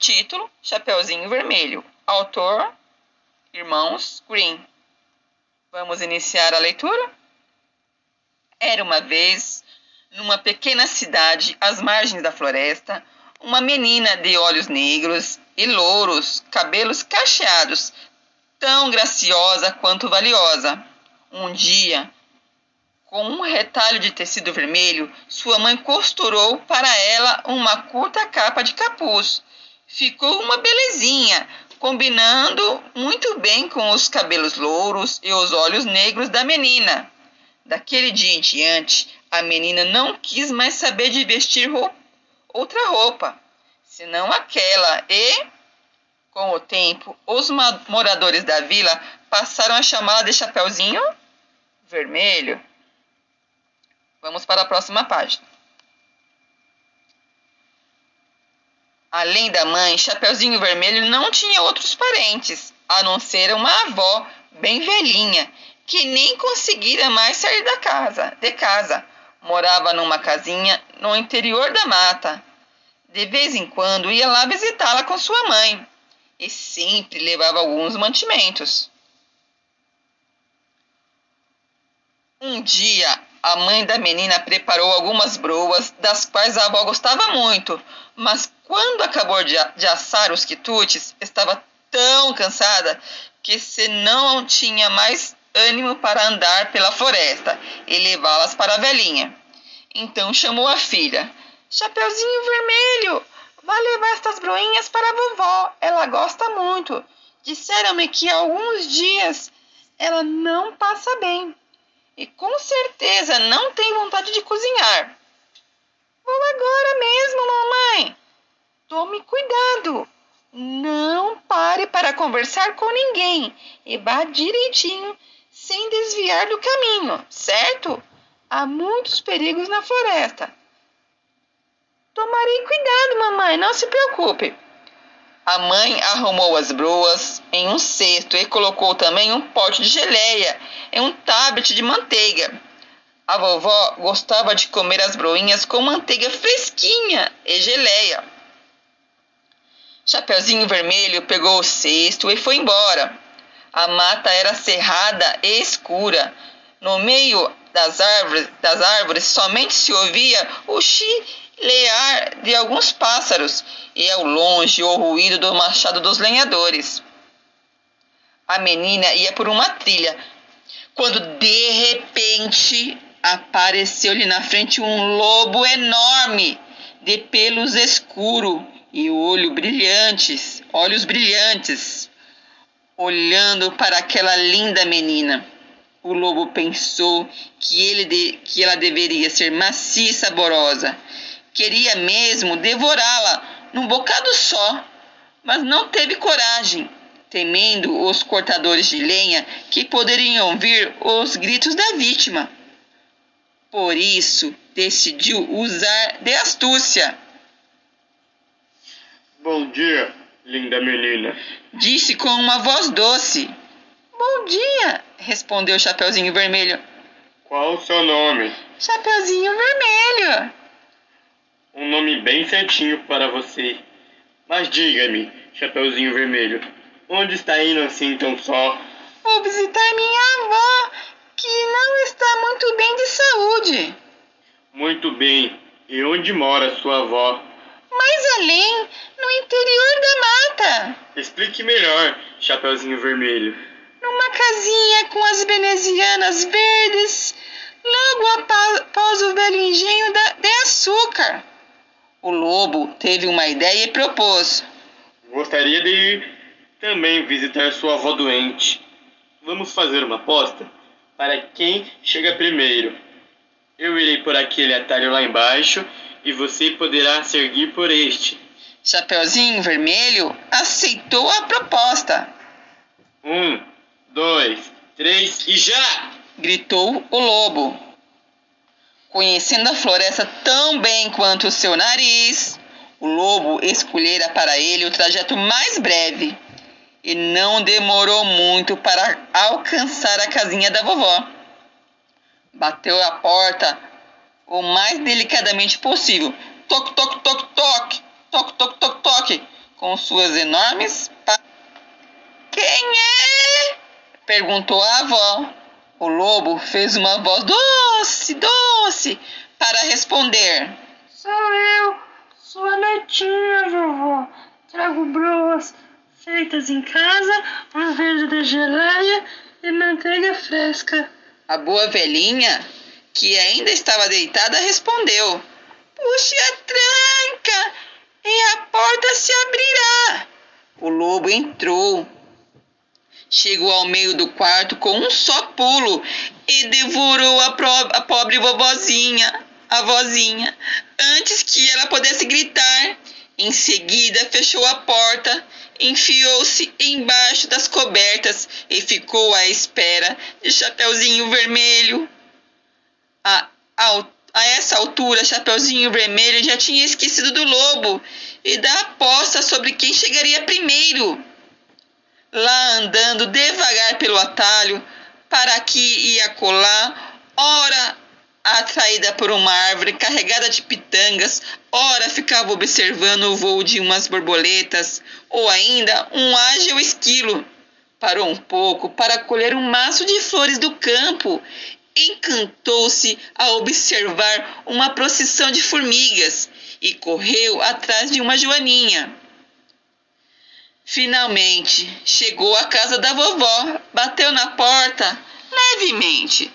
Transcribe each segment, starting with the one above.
Título: Chapeuzinho Vermelho. Autor: Irmãos Grimm. Vamos iniciar a leitura? Era uma vez, numa pequena cidade às margens da floresta, uma menina de olhos negros e louros, cabelos cacheados, tão graciosa quanto valiosa. Um dia, com um retalho de tecido vermelho, sua mãe costurou para ela uma curta capa de capuz. Ficou uma belezinha, combinando muito bem com os cabelos louros e os olhos negros da menina. Daquele dia em diante, a menina não quis mais saber de vestir outra roupa, senão aquela, e, com o tempo, os moradores da vila passaram a chamá-la de Chapeuzinho Vermelho. Vamos para a próxima página. Além da mãe, Chapeuzinho Vermelho não tinha outros parentes, a não ser uma avó bem velhinha, que nem conseguira mais sair de casa. Morava numa casinha no interior da mata. De vez em quando ia lá visitá-la com sua mãe, e sempre levava alguns mantimentos. Um dia, a mãe da menina preparou algumas broas, das quais a avó gostava muito, mas quando acabou de assar os quitutes, estava tão cansada que se não tinha mais ânimo para andar pela floresta e levá-las para a velhinha. Então chamou a filha. Chapeuzinho Vermelho, vá levar estas broinhas para a vovó, ela gosta muito. Disseram-me que há alguns dias ela não passa bem. E com certeza não tem vontade de cozinhar. Vou agora mesmo, mamãe. Tome cuidado. Não pare para conversar com ninguém e vá direitinho, sem desviar do caminho, certo? Há muitos perigos na floresta. Tomarei cuidado, mamãe, não se preocupe. A mãe arrumou as broas em um cesto e colocou também um pote de geleia e um tablet de manteiga. A vovó gostava de comer as broinhas com manteiga fresquinha e geleia. Chapeuzinho Vermelho pegou o cesto e foi embora. A mata era cerrada e escura. No meio das árvores somente se ouvia o chilear de alguns pássaros e ao longe o ruído do machado dos lenhadores. A menina ia por uma trilha, quando de repente apareceu-lhe na frente um lobo enorme, de pelos escuros e olhos brilhantes, olhando para aquela linda menina. O lobo pensou que ela deveria ser macia e saborosa. Queria mesmo devorá-la num bocado só, mas não teve coragem, temendo os cortadores de lenha que poderiam ouvir os gritos da vítima. Por isso, decidiu usar de astúcia. Bom dia, linda menina, disse com uma voz doce. Bom dia, respondeu Chapeuzinho Vermelho. Qual o seu nome? Chapeuzinho Vermelho. Um nome bem certinho para você. Mas diga-me, Chapeuzinho Vermelho, onde está indo assim tão só? Vou visitar minha avó, que não está muito bem de saúde. Muito bem. E onde mora sua avó? Mais além, no interior da mata. Explique melhor, Chapeuzinho Vermelho. Numa casinha com as venezianas verdes, logo após o velho engenho de açúcar. O lobo teve uma ideia e propôs. Gostaria de ir também visitar sua avó doente. Vamos fazer uma aposta para quem chega primeiro. Eu irei por aquele atalho lá embaixo e você poderá seguir por este. Chapeuzinho Vermelho aceitou a proposta. 1, 2, 3 e já! Gritou o lobo. Conhecendo a floresta tão bem quanto o seu nariz, o lobo escolhera para ele o trajeto mais breve e não demorou muito para alcançar a casinha da vovó. Bateu a porta o mais delicadamente possível. Toque, toque, toque, toque, toque, toque, toque, toque. com suas enormes patas. Quem é? Perguntou a avó. O lobo fez uma voz doce, doce, para responder. Sou eu, sua netinha, vovó. Trago broas feitas em casa, um verde de geleia e manteiga fresca. A boa velhinha, que ainda estava deitada, respondeu. Puxe a tranca e a porta se abrirá. O lobo entrou. Chegou ao meio do quarto com um só pulo e devorou a pobre vovozinha, a vozinha, antes que ela pudesse gritar. Em seguida, fechou a porta, enfiou-se embaixo das cobertas e ficou à espera de Chapeuzinho Vermelho. A essa altura, Chapeuzinho Vermelho já tinha esquecido do lobo e da aposta sobre quem chegaria primeiro. Lá andando devagar pelo atalho, para aqui e acolá, ora atraída por uma árvore carregada de pitangas, ora ficava observando o voo de umas borboletas, ou ainda um ágil esquilo. Parou um pouco para colher um maço de flores do campo. Encantou-se a observar uma procissão de formigas e correu atrás de uma joaninha. Finalmente, chegou à casa da vovó, bateu na porta levemente.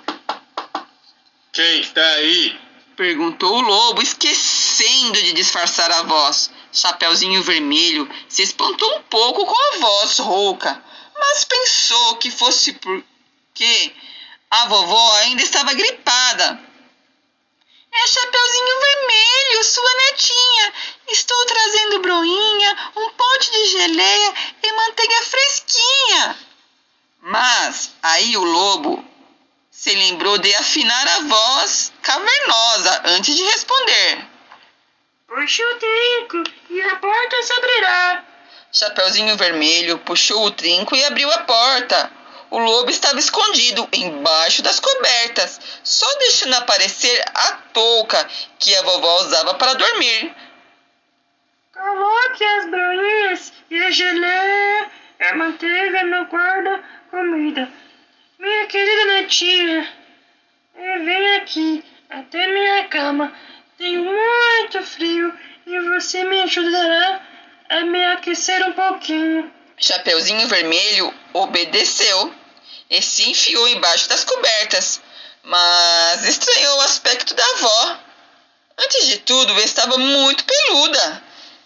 Quem está aí? Perguntou o lobo, esquecendo de disfarçar a voz. Chapeuzinho Vermelho se espantou um pouco com a voz rouca, mas pensou que fosse porque a vovó ainda estava gripada. É Chapeuzinho Vermelho, sua netinha. Estou trazendo broinha, um pote de geleia e manteiga fresquinha. Mas aí o lobo se lembrou de afinar a voz cavernosa antes de responder. Puxe o trinco e a porta se abrirá. Chapeuzinho Vermelho puxou o trinco e abriu a porta. O lobo estava escondido embaixo das cobertas, só deixando aparecer a touca que a vovó usava para dormir. Coloque as broinhas e a geleia e a manteiga no guarda-comida. Minha querida netinha, vem aqui até minha cama. Tenho muito frio e você me ajudará a me aquecer um pouquinho. Chapeuzinho Vermelho obedeceu e se enfiou embaixo das cobertas, mas estranhou o aspecto da avó. Antes de tudo, estava muito peluda.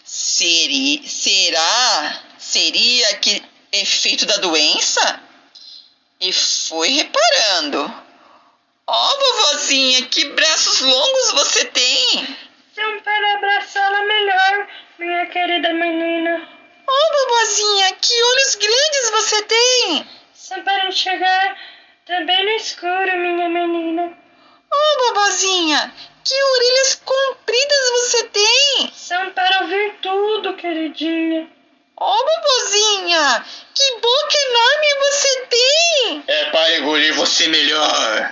Seria que efeito da doença? E foi reparando. Ó, vovozinha, que braços longos você tem! São para abraçá-la melhor, minha querida menina. Ó, vovozinha, que olhos grandes você tem! São para enxergar também no escuro, minha menina. Ó, vovozinha, que orelhas compridas você tem! São para ouvir tudo, queridinha. Ó, vovozinha, que boca enorme você tem! É para engolir você melhor.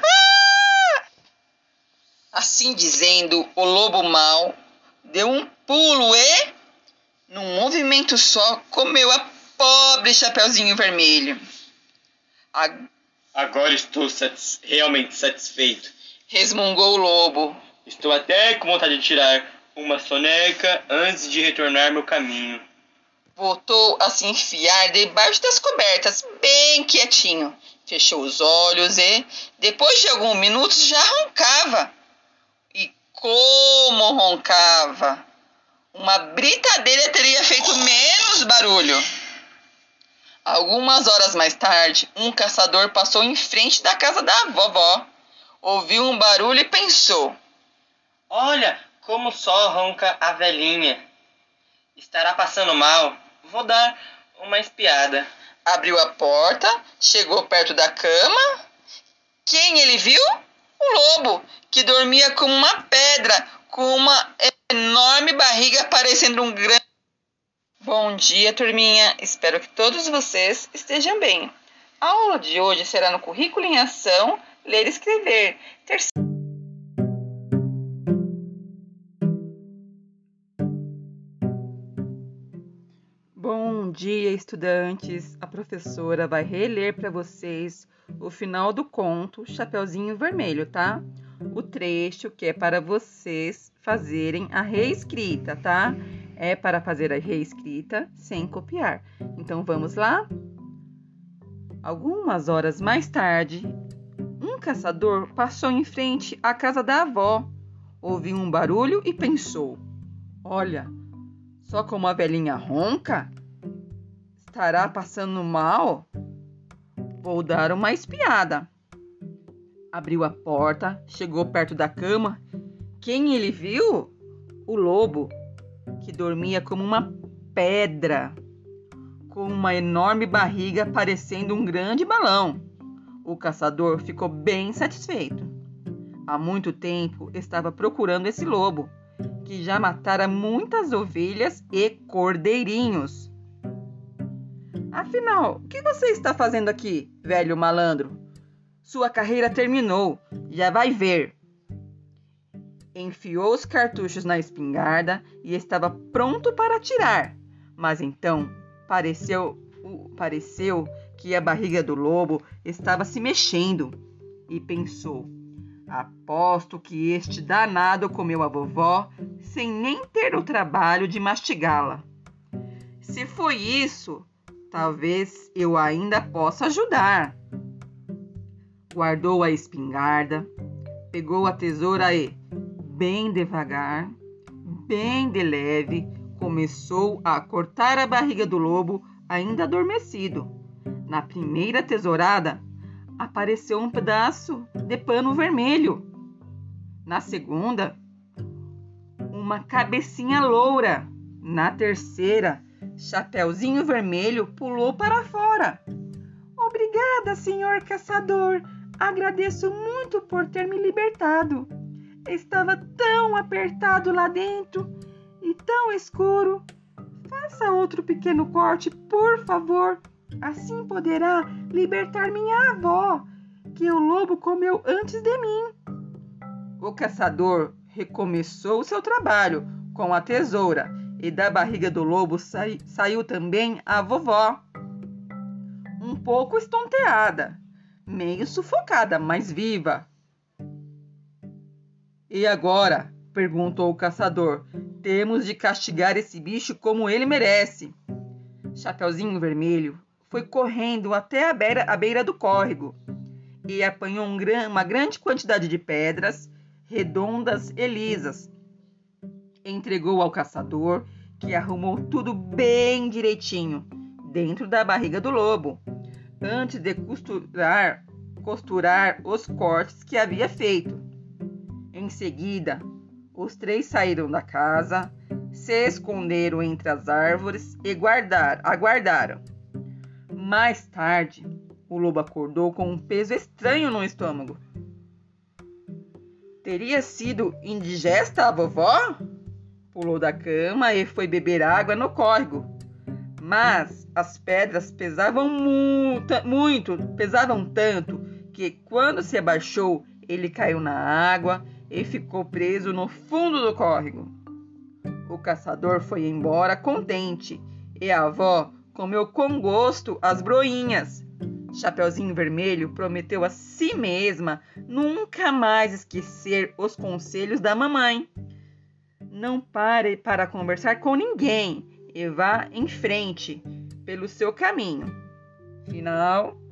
Assim dizendo, o lobo mau deu um pulo e, num movimento só, comeu a pobre Chapeuzinho Vermelho. Agora estou realmente satisfeito. Resmungou o lobo. Estou até com vontade de tirar uma soneca antes de retornar meu caminho. Voltou a se enfiar debaixo das cobertas, bem quietinho. Fechou os olhos e, depois de alguns minutos, já roncava. E como roncava! Uma britadeira teria feito menos barulho. Algumas horas mais tarde, um caçador passou em frente da casa da vovó. Ouviu um barulho e pensou. Olha como só ronca a velhinha. Estará passando mal. Vou dar uma espiada. Abriu a porta, chegou perto da cama. Quem ele viu? O lobo, que dormia como uma pedra, com uma enorme barriga parecendo um grande... Bom dia, turminha. Espero que todos vocês estejam bem. A aula de hoje será no Currículo em Ação, Ler e Escrever. dia, estudantes. A professora vai reler para vocês o final do conto Chapeuzinho Vermelho, tá? O trecho que é para vocês fazerem a reescrita, tá? É para fazer a reescrita sem copiar. Então, vamos lá? Algumas horas mais tarde, um caçador passou em frente à casa da avó. Ouviu um barulho e pensou: olha, só como a velhinha ronca? Estará passando mal? Vou dar uma espiada. Abriu a porta, chegou perto da cama. Quem ele viu? O lobo, que dormia como uma pedra, com uma enorme barriga parecendo um grande balão. O caçador ficou bem satisfeito. Há muito tempo estava procurando esse lobo, que já matara muitas ovelhas e cordeirinhos. Afinal, o que você está fazendo aqui, velho malandro? Sua carreira terminou, já vai ver. Enfiou os cartuchos na espingarda e estava pronto para atirar. Mas então pareceu que a barriga do lobo estava se mexendo e pensou: aposto que este danado comeu a vovó sem nem ter o trabalho de mastigá-la. Se foi isso, talvez eu ainda possa ajudar. Guardou a espingarda, pegou a tesoura e, bem devagar, bem de leve, começou a cortar a barriga do lobo ainda adormecido. Na primeira tesourada, apareceu um pedaço de pano vermelho. Na segunda, uma cabecinha loura. Na terceira, Chapeuzinho Vermelho pulou para fora. Obrigada, senhor caçador. Agradeço muito por ter me libertado. Estava tão apertado lá dentro e tão escuro. Faça outro pequeno corte, por favor. Assim poderá libertar minha avó, que o lobo comeu antes de mim. O caçador recomeçou seu trabalho com a tesoura e da barriga do lobo saiu também a vovó. Um pouco estonteada, meio sufocada, mas viva. E agora? Perguntou o caçador. Temos de castigar esse bicho como ele merece. Chapeuzinho Vermelho foi correndo até a beira do córrego e apanhou uma grande quantidade de pedras redondas e lisas. Entregou ao caçador, que arrumou tudo bem direitinho dentro da barriga do lobo, antes de costurar os cortes que havia feito. Em seguida, os três saíram da casa, se esconderam entre as árvores e aguardaram. Mais tarde, o lobo acordou com um peso estranho no estômago. Teria sido indigesta a vovó? Pulou da cama e foi beber água no córrego. Mas as pedras pesavam tanto que quando se abaixou, ele caiu na água e ficou preso no fundo do córrego. O caçador foi embora contente e a avó comeu com gosto as broinhas. Chapeuzinho Vermelho prometeu a si mesma nunca mais esquecer os conselhos da mamãe. Não pare para conversar com ninguém e vá em frente pelo seu caminho. Final.